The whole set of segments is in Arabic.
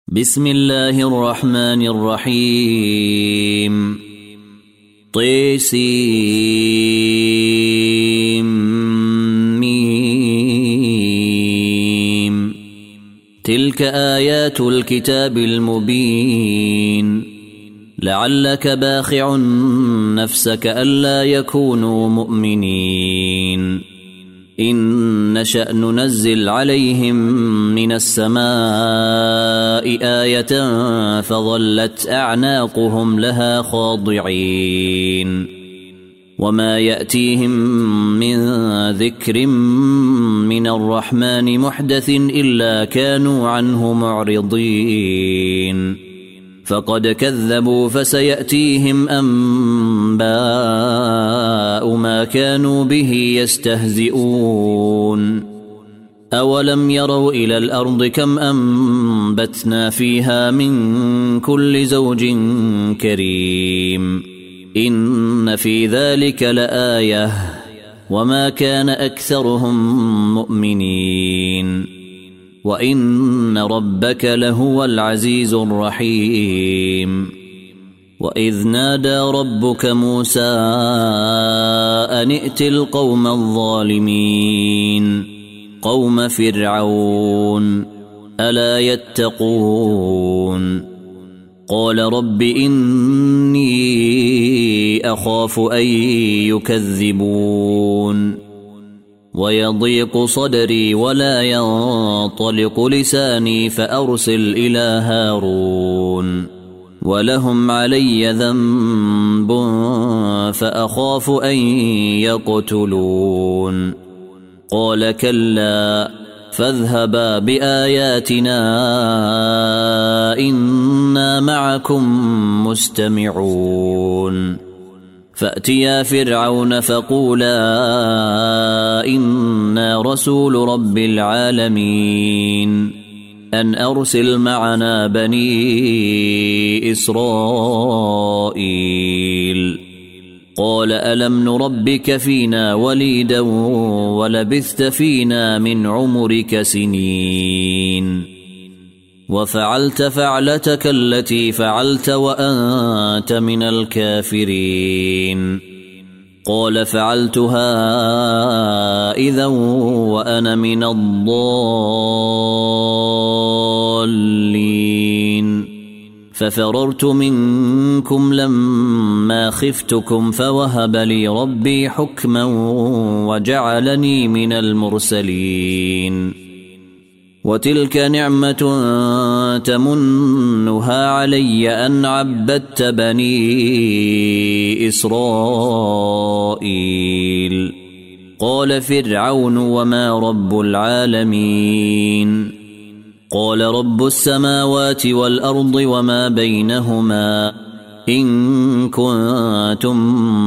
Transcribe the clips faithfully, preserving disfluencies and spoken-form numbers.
بسم الله الرحمن الرحيم. طيسيم. تلك آيات الكتاب المبين. لعلك باخع نفسك ألا يكونوا مؤمنين إن نشأ ننزل عليهم من السماء آية فظلت أعناقهم لها خاضعين وما يأتيهم من ذكر من الرحمن محدث إلا كانوا عنه معرضين فقد كذبوا فسيأتيهم أنباء ما كانوا به يستهزئون أولم يروا إلى الأرض كم أنبتنا فيها من كل زوج كريم إن في ذلك لآية وما كان أكثرهم مؤمنين وإن ربك لهو العزيز الرحيم. وإذ نادى ربك موسى أن ائت القوم الظالمين قوم فرعون ألا يتقون قال رب إني أخاف أن يكذبون ويضيق صدري ولا ينطلق لساني فأرسل إلى هارون ولهم علي ذنب فأخاف أن يقتلون قال كلا فاذهبا بآياتنا إنا معكم مستمعون فأتيا فرعون فقولا إنا رسول رب العالمين أن أرسل معنا بني إسرائيل قال ألم نربك فينا وليدا ولبثت فينا من عمرك سنين وفعلت فعلتك التي فعلت وأنت من الكافرين قال فعلتها إذا وأنا من الضالين ففررت منكم لما خفتكم فوهب لي ربي حكما وجعلني من المرسلين وتلك نعمة تمنها علي أن عبدت بني إسرائيل قال فرعون وما رب العالمين قال رب السماوات والأرض وما بينهما إن كنتم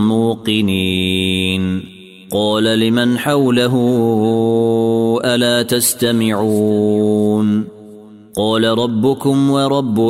موقنين قال لمن حوله ألا تستمعون قال ربكم ورب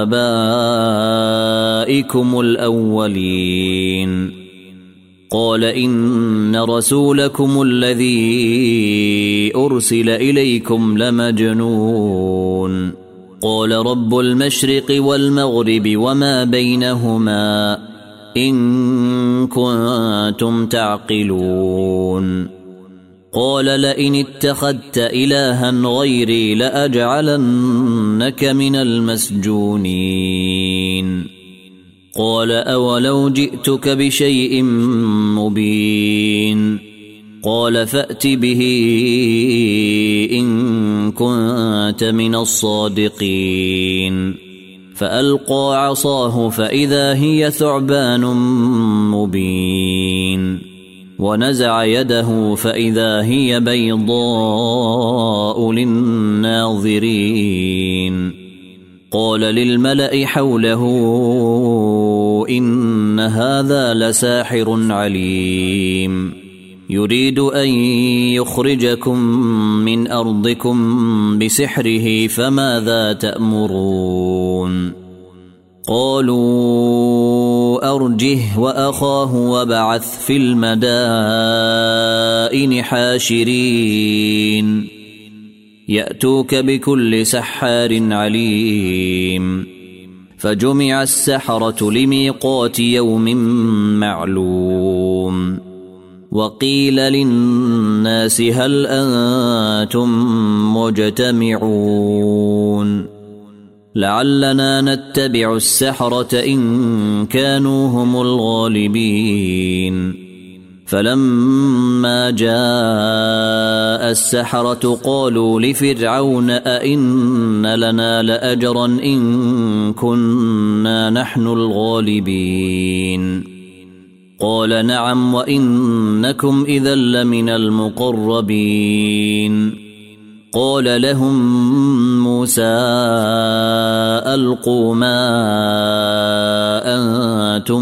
آبائكم الأولين قال إن رسولكم الذي أرسل إليكم لمجنون قال رب المشرق والمغرب وما بينهما إن كنتم تعقلون قال لئن اتخذت إلها غيري لأجعلنك من المسجونين قال أولو جئتك بشيء مبين قال فأت به إن كنت من الصادقين فألقى عصاه فإذا هي ثعبان مبين ونزع يده فإذا هي بيضاء للناظرين قال للملأ حوله إن هذا لساحر عليم يريد أن يخرجكم من أرضكم بسحره فماذا تأمرون قالوا أرجه وأخاه وابعث في المدائن حاشرين يأتوك بكل سحار عليم فجمع السحرة لميقات يوم معلوم وقيل للناس هل أنتم مجتمعون لعلنا نتبع السحرة إن كانوا هم الغالبين فلما جاء السحرة قالوا لفرعون أئن لنا لأجرا إن كنا نحن الغالبين قال نعم وإنكم إذا لمن المقربين قال لهم موسى ألقوا ما أنتم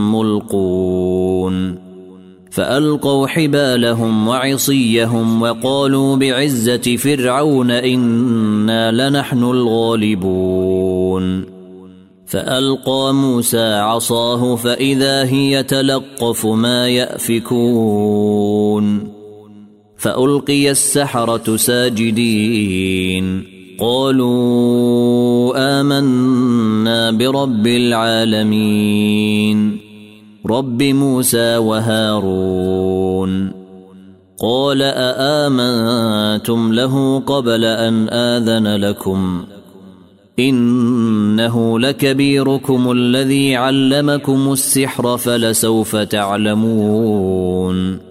ملقون فألقوا حبالهم وعصيهم وقالوا بعزة فرعون إنا لنحن الغالبون فألقى موسى عصاه فإذا هي تلقف ما يأفكون فألقي السحرة ساجدين قالوا آمنا برب العالمين رب موسى وهارون قال أآمنتم له قبل أن آذن لكم إنه لكبيركم الذي علمكم السحر فلسوف تعلمون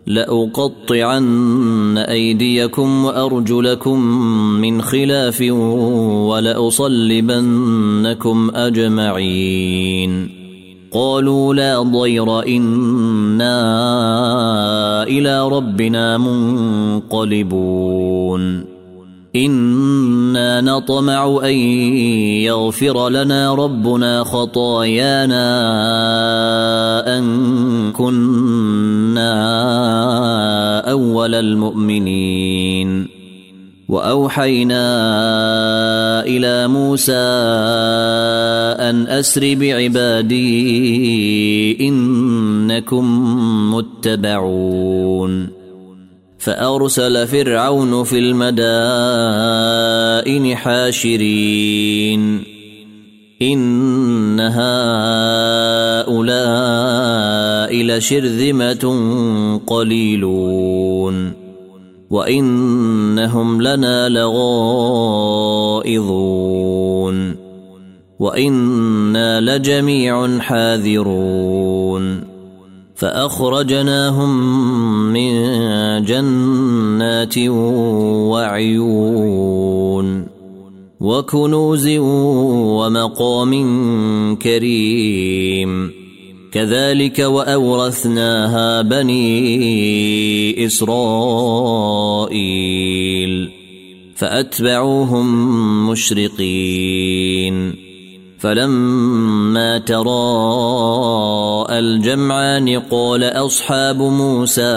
لأقطعن أيديكم وأرجلكم من خلاف ولأصلبنكم أجمعين قالوا لا ضير إنا إلى ربنا منقلبون إنا نطمع أن يغفر لنا ربنا خطايانا أن كنا أول المؤمنين وأوحينا إلى موسى أن أسر بعبادي إنكم متبعون فأرسل فرعون في المدائن حاشرين إن هؤلاء لشرذمة قليلون وإنهم لنا لغائظون وإنا لجميع حاذرون فأخرجناهم من جنات وعيون وكنوز ومقام كريم كذلك وأورثناها بني إسرائيل فأتبعوهم مشرقين فلما تراءى الجمعان قال أصحاب موسى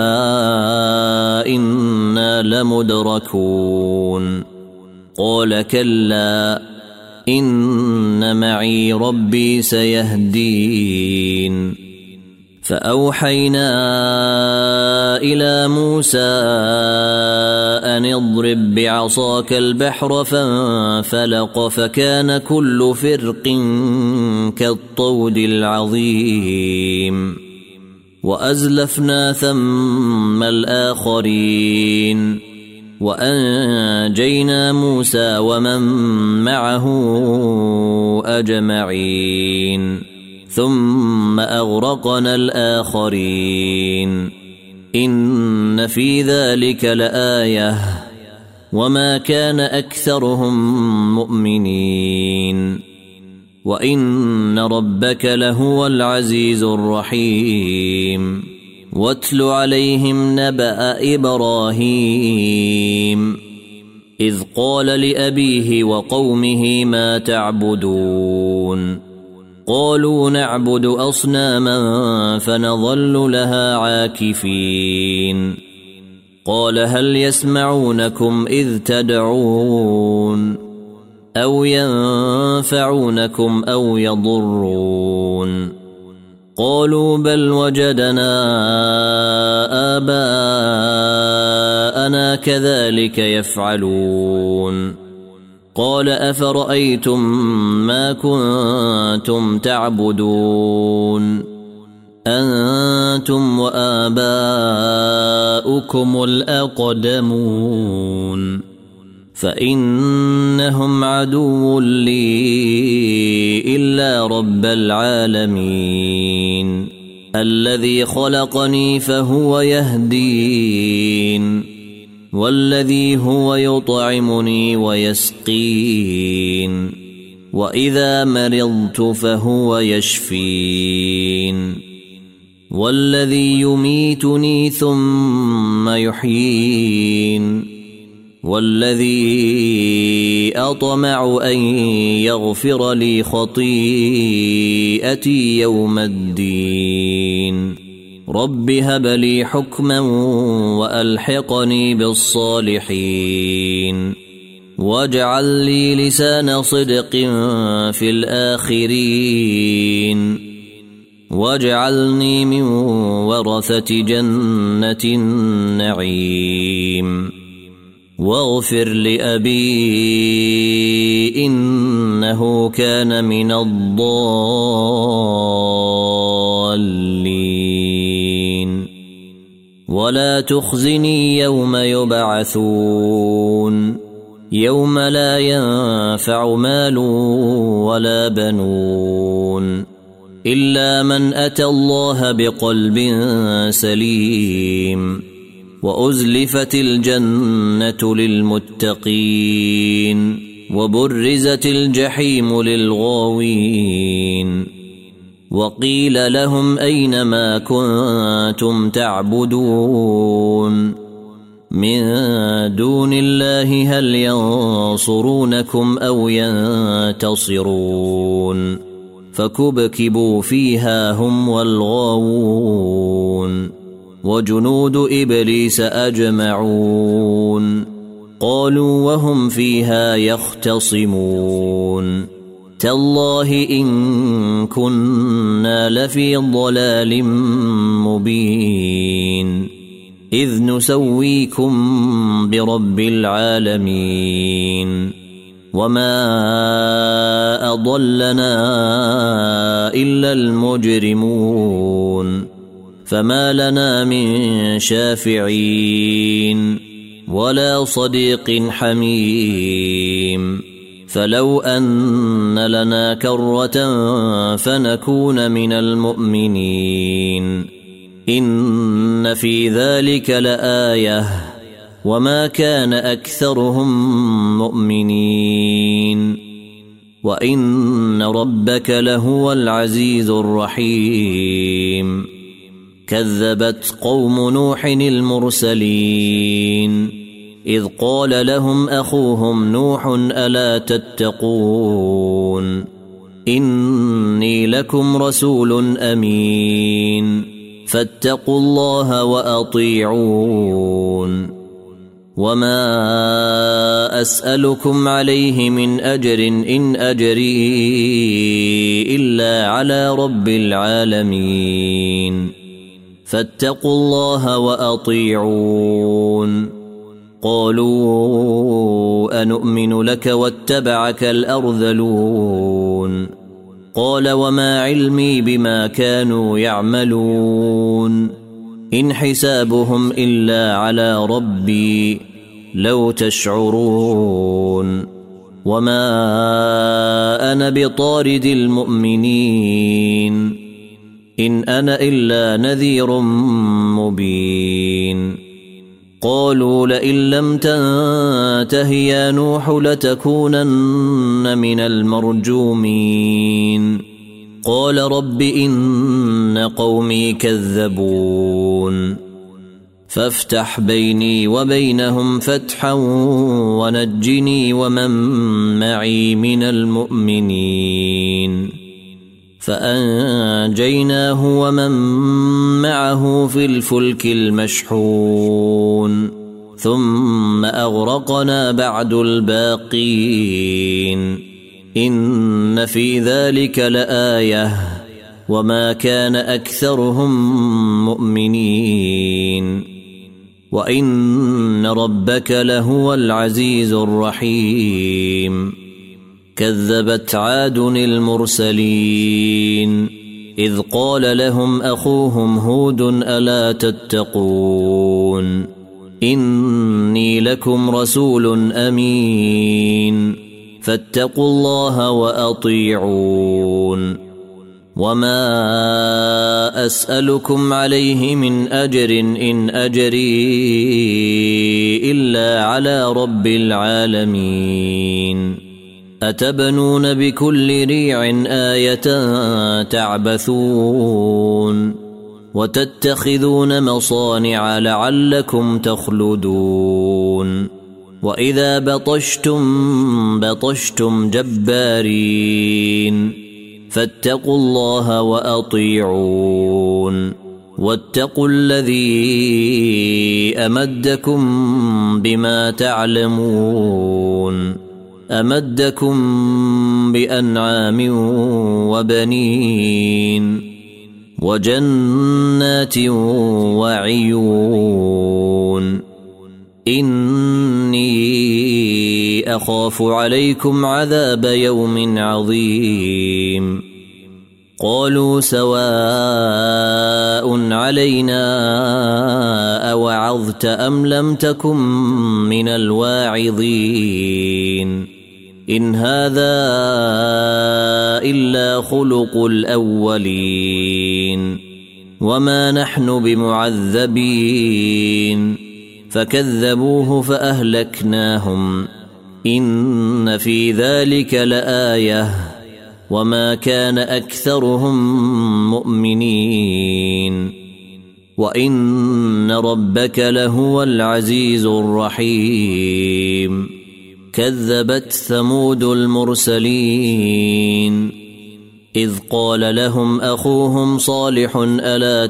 إنا لمدركون قال كلا إن معي ربي سيهدين فأوحينا إلى موسى أن اضرب بعصاك البحر فانفلق فكان كل فرق كالطود العظيم وأزلفنا ثم الآخرين وأنجينا موسى ومن معه أجمعين ثم أغرقنا الآخرين إن في ذلك لآية وما كان أكثرهم مؤمنين وإن ربك لهو العزيز الرحيم واتل عليهم نبأ إبراهيم إذ قال لأبيه وقومه ما تعبدون قالوا نعبد أصناما فنظل لها عاكفين قال هل يسمعونكم إذ تدعون أو ينفعونكم أو يضرون قالوا بل وجدنا إخواننا كذلك يفعلون قال أفرأيتم ما كنتم تعبدون أنتم وآباؤكم الأقدمون فإنهم عدو لي إلا رب العالمين الذي خلقني فهو يهدين والذي هو يطعمني ويسقين وإذا مرضت فهو يشفين والذي يميتني ثم يحيين والذي أطمع أن يغفر لي خطيئتي يوم الدين رب هب لي حكما وألحقني بالصالحين واجعل لي لسان صدق في الآخرين واجعلني من ورثة جنة النعيم واغفر لأبي إنه كان من الضالين ولا تخزني يوم يبعثون يوم لا ينفع مال ولا بنون إلا من أتى الله بقلب سليم وأزلفت الجنة للمتقين وبرزت الجحيم للغاوين وقيل لهم أين ما كنتم تعبدون من دون الله هل ينصرونكم أو ينتصرون فكبكبوا فيها هم والغاوون وجنود إبليس أجمعون قالوا وهم فيها يختصمون تالله إن كنا لفي ضلال مبين إذ نسويكم برب العالمين وما أضلنا إلا المجرمون فما لنا من شافعين ولا صديق حميم فلو أن لنا كرة فنكون من المؤمنين إن في ذلك لآية وما كان أكثرهم مؤمنين وإن ربك لهو العزيز الرحيم كذبت قوم نوح المرسلين إذ قال لهم أخوهم نوح ألا تتقون إني لكم رسول أمين فاتقوا الله وأطيعون وما أسألكم عليه من أجر إن أجري إلا على رب العالمين فاتقوا الله وأطيعون قالوا أنؤمن لك واتبعك الأرذلون قال وما علمي بما كانوا يعملون إن حسابهم إلا على ربي لو تشعرون وما أنا بطارد المؤمنين إن أنا إلا نذير مبين قالوا لئن لم تنته يا نوح لتكونن من المرجومين قال رب إن قومي كذبون فافتح بيني وبينهم فتحا ونجني ومن معي من المؤمنين فأنجيناه ومن معه في الفلك المشحون ثم أغرقنا بعد الباقين إن في ذلك لآية وما كان أكثرهم مؤمنين وإن ربك لهو العزيز الرحيم. كذبت عاد المرسلين إذ قال لهم أخوهم هود ألا تتقون إني لكم رسول أمين فاتقوا الله وأطيعون وما أسألكم عليه من أجر إن أجري إلا على رب العالمين. أتبنون بكل ريع آية تعبثون وتتخذون مصانع لعلكم تخلدون وإذا بطشتم بطشتم جبارين فاتقوا الله وأطيعون واتقوا الذي أمدكم بما تعلمون أمدكم بأنعام وبنين وجنات وعيون إني أخاف عليكم عذاب يوم عظيم. قالوا سواء علينا أوعظت أم لم تكن من الواعظين إن هذا إلا خلق الأولين وما نحن بمعذبين. فكذبوه فأهلكناهم إن في ذلك لآية وما كان أكثرهم مؤمنين وإن ربك لهو العزيز الرحيم. كذبت ثمود المرسلين إذ قال لهم أخوهم صالح ألا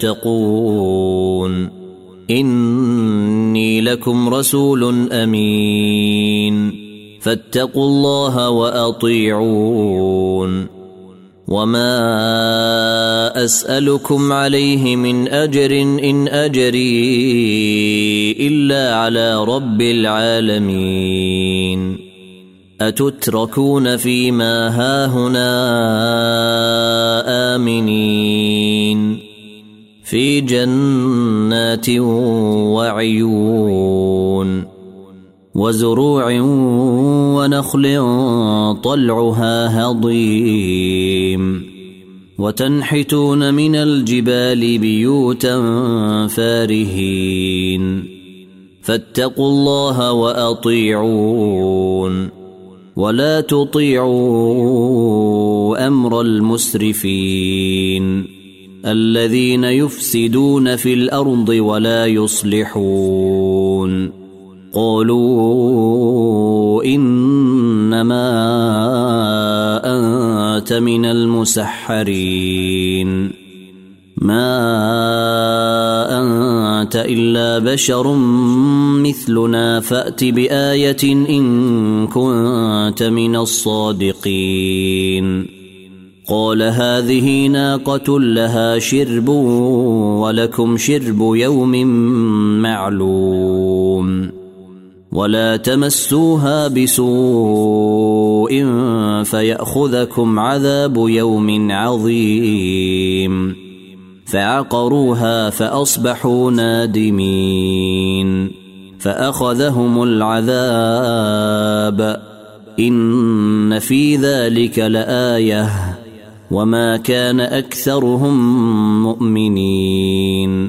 تتقون إني لكم رسول أمين فاتقوا الله وأطيعون وما أسألكم عليه من أجر إن أجري إلا على رب العالمين. أتتركون فيما هاهنا آمنين في جنات وعيون وزروع ونخل طلعها هضيم وتنحتون من الجبال بيوتا فارهين فاتقوا الله وأطيعون ولا تطيعوا أمر المسرفين الذين يفسدون في الأرض ولا يصلحون. قالوا إنما أنت من المسحرين ما أنت إلا بشر مثلنا فأت بآية إن كنت من الصادقين. قال هذه ناقة لها شرب ولكم شرب يوم معلوم ولا تمسوها بسوء فيأخذكم عذاب يوم عظيم. فعقروها فأصبحوا نادمين فأخذهم العذاب إن في ذلك لآية وما كان أكثرهم مؤمنين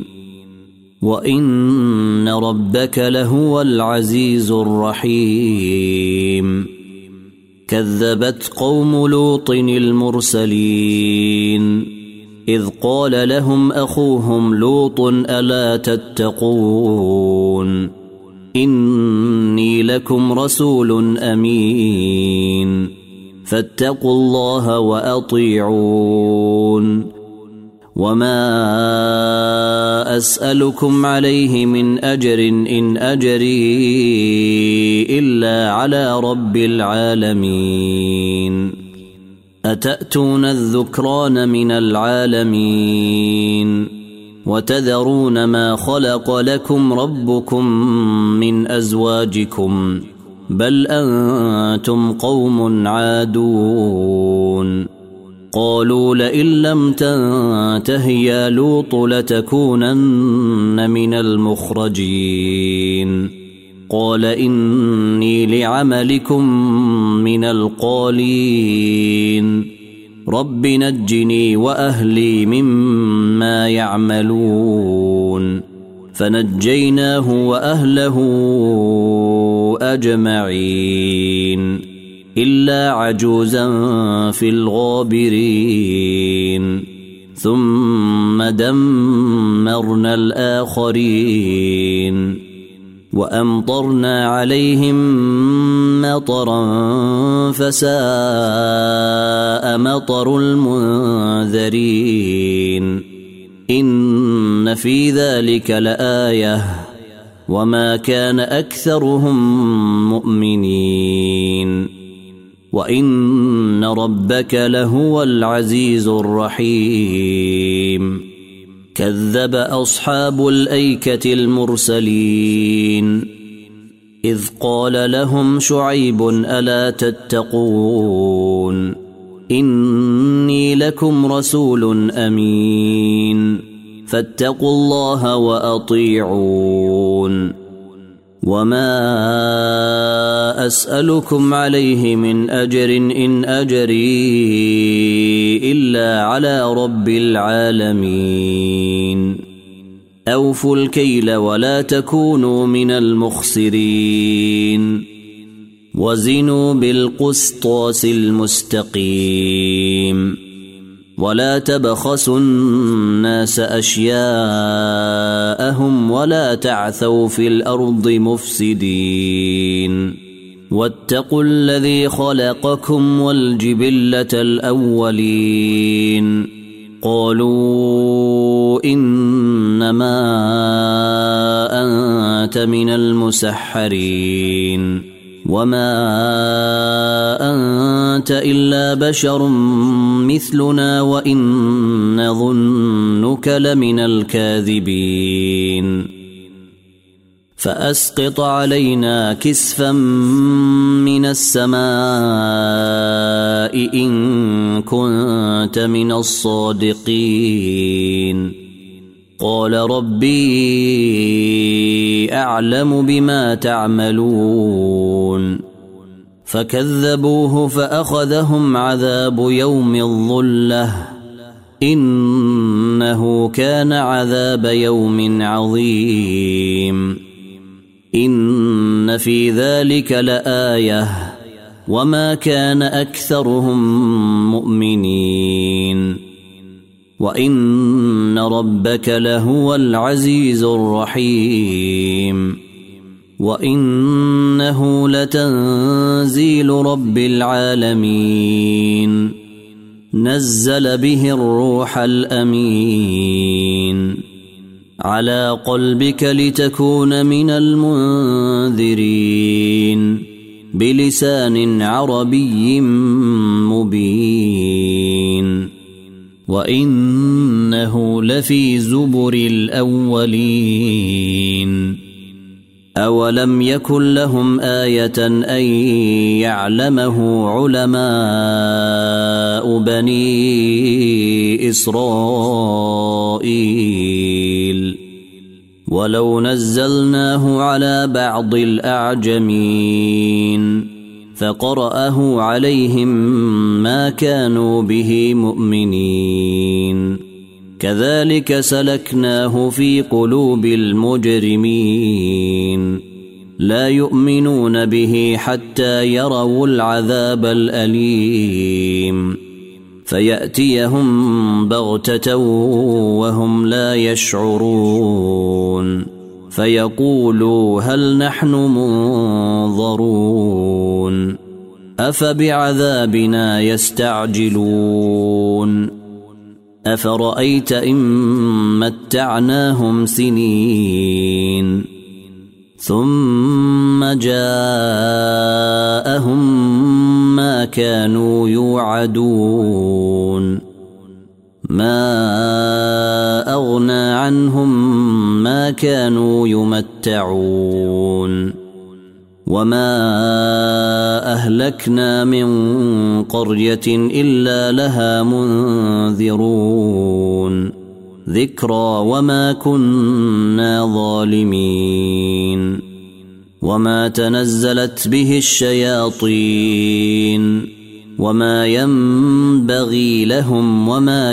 وإن ربك لهو العزيز الرحيم. كذبت قوم لوط المرسلين إذ قال لهم أخوهم لوط ألا تتقون إني لكم رسول أمين فاتقوا الله وأطيعون وما أسألكم عليه من أجر إن أجري إلا على رب العالمين. أتأتون الذكران من العالمين وتذرون ما خلق لكم ربكم من أزواجكم بل أنتم قوم عادون قالوا لئن لم تنته يا لوط لتكونن من المخرجين قال إني لعملكم من القالين رب نجني وأهلي مما يعملون فنجيناه وأهله أجمعين إلا عجوزا في الغابرين ثم دمرنا الآخرين وأمطرنا عليهم مطرا فساء مطر المنذرين إن في ذلك لآية وما كان أكثرهم مؤمنين وإن ربك لهو العزيز الرحيم كذب أصحاب الأيكة المرسلين إذ قال لهم شعيب ألا تتقون إني لكم رسول أمين فاتقوا الله وأطيعون وما أسألكم عليه من أجر إن أجري إلا على رب العالمين أوفوا الكيل ولا تكونوا من المخسرين وزنوا بالقسطاس المستقيم ولا تبخسوا الناس أشياءهم ولا تعثوا في الأرض مفسدين واتقوا الذي خلقكم والجبلة الأولين قالوا إنما أنت من المسحرين وما أنت إلا بشر مثلنا وإن نظنك لمن الكاذبين فأسقط علينا كسفا من السماء إن كنت من الصادقين قال ربي أعلم بما تعملون فكذبوه فأخذهم عذاب يوم الظلة إنه كان عذاب يوم عظيم إن في ذلك لآية وما كان أكثرهم مؤمنين وإن ربك لهو العزيز الرحيم وإنه لتنزيل رب العالمين نزل به الروح الأمين على قلبك لتكون من المنذرين بلسان عربي مبين وإنه لفي زبر الأولين أولم يكن لهم آية أن يعلمه علماء بني إسرائيل ولو نزلناه على بعض الأعجمين فقرأه عليهم ما كانوا به مؤمنين كذلك سلكناه في قلوب المجرمين لا يؤمنون به حتى يروا العذاب الأليم فيأتيهم بغتة وهم لا يشعرون فيقولوا هل نحن منظرون أفبعذابنا يستعجلون أفرأيت إن متعناهم سنين ثم جاءهم ما كانوا يوعدون ما أغنى عنهم ما كانوا يمتعون وما أهلكنا من قرية إلا لها منذرون ذكرى وما كنا ظالمين وما تنزلت به الشياطين وما ينبغي لهم وما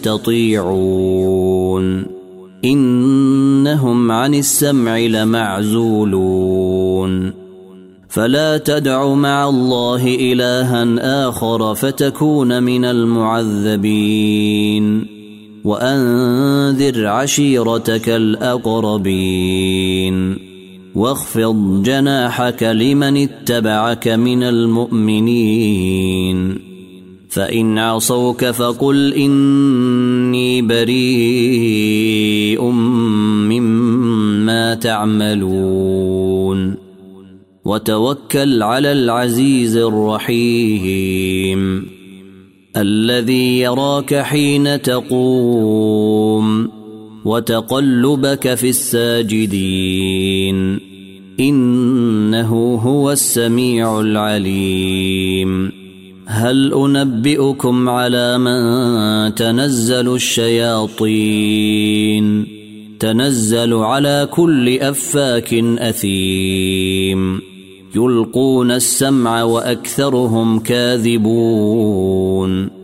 يستطيعون إنهم عن السمع لمعزولون فلا تدع مع الله إلها آخر فتكون من المعذبين وأنذر عشيرتك الأقربين واخفض جناحك لمن اتبعك من المؤمنين فإن عصوك فقل إني بريء مما تعملون وتوكل على العزيز الرحيم الذي يراك حين تقوم وتقلبك في الساجدين إنه هو السميع العليم هل أنبئكم على من تنزل الشياطين تنزل على كل أفاك أثيم يلقون السمع وأكثرهم كاذبون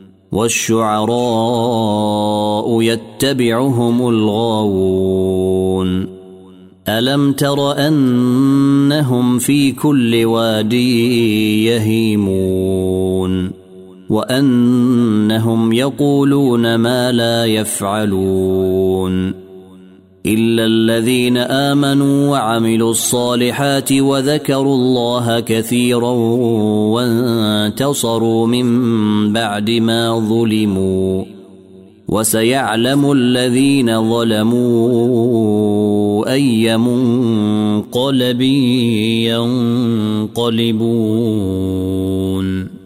والشعراء يتبعهم الغاوون ألم تر أنهم في كل واد يهيمون وأنهم يقولون ما لا يفعلون إلا الذين آمنوا وعملوا الصالحات وذكروا الله كثيرا وانتصروا من بعد ما ظلموا وسيعلم الذين ظلموا أي منقلب ينقلبون.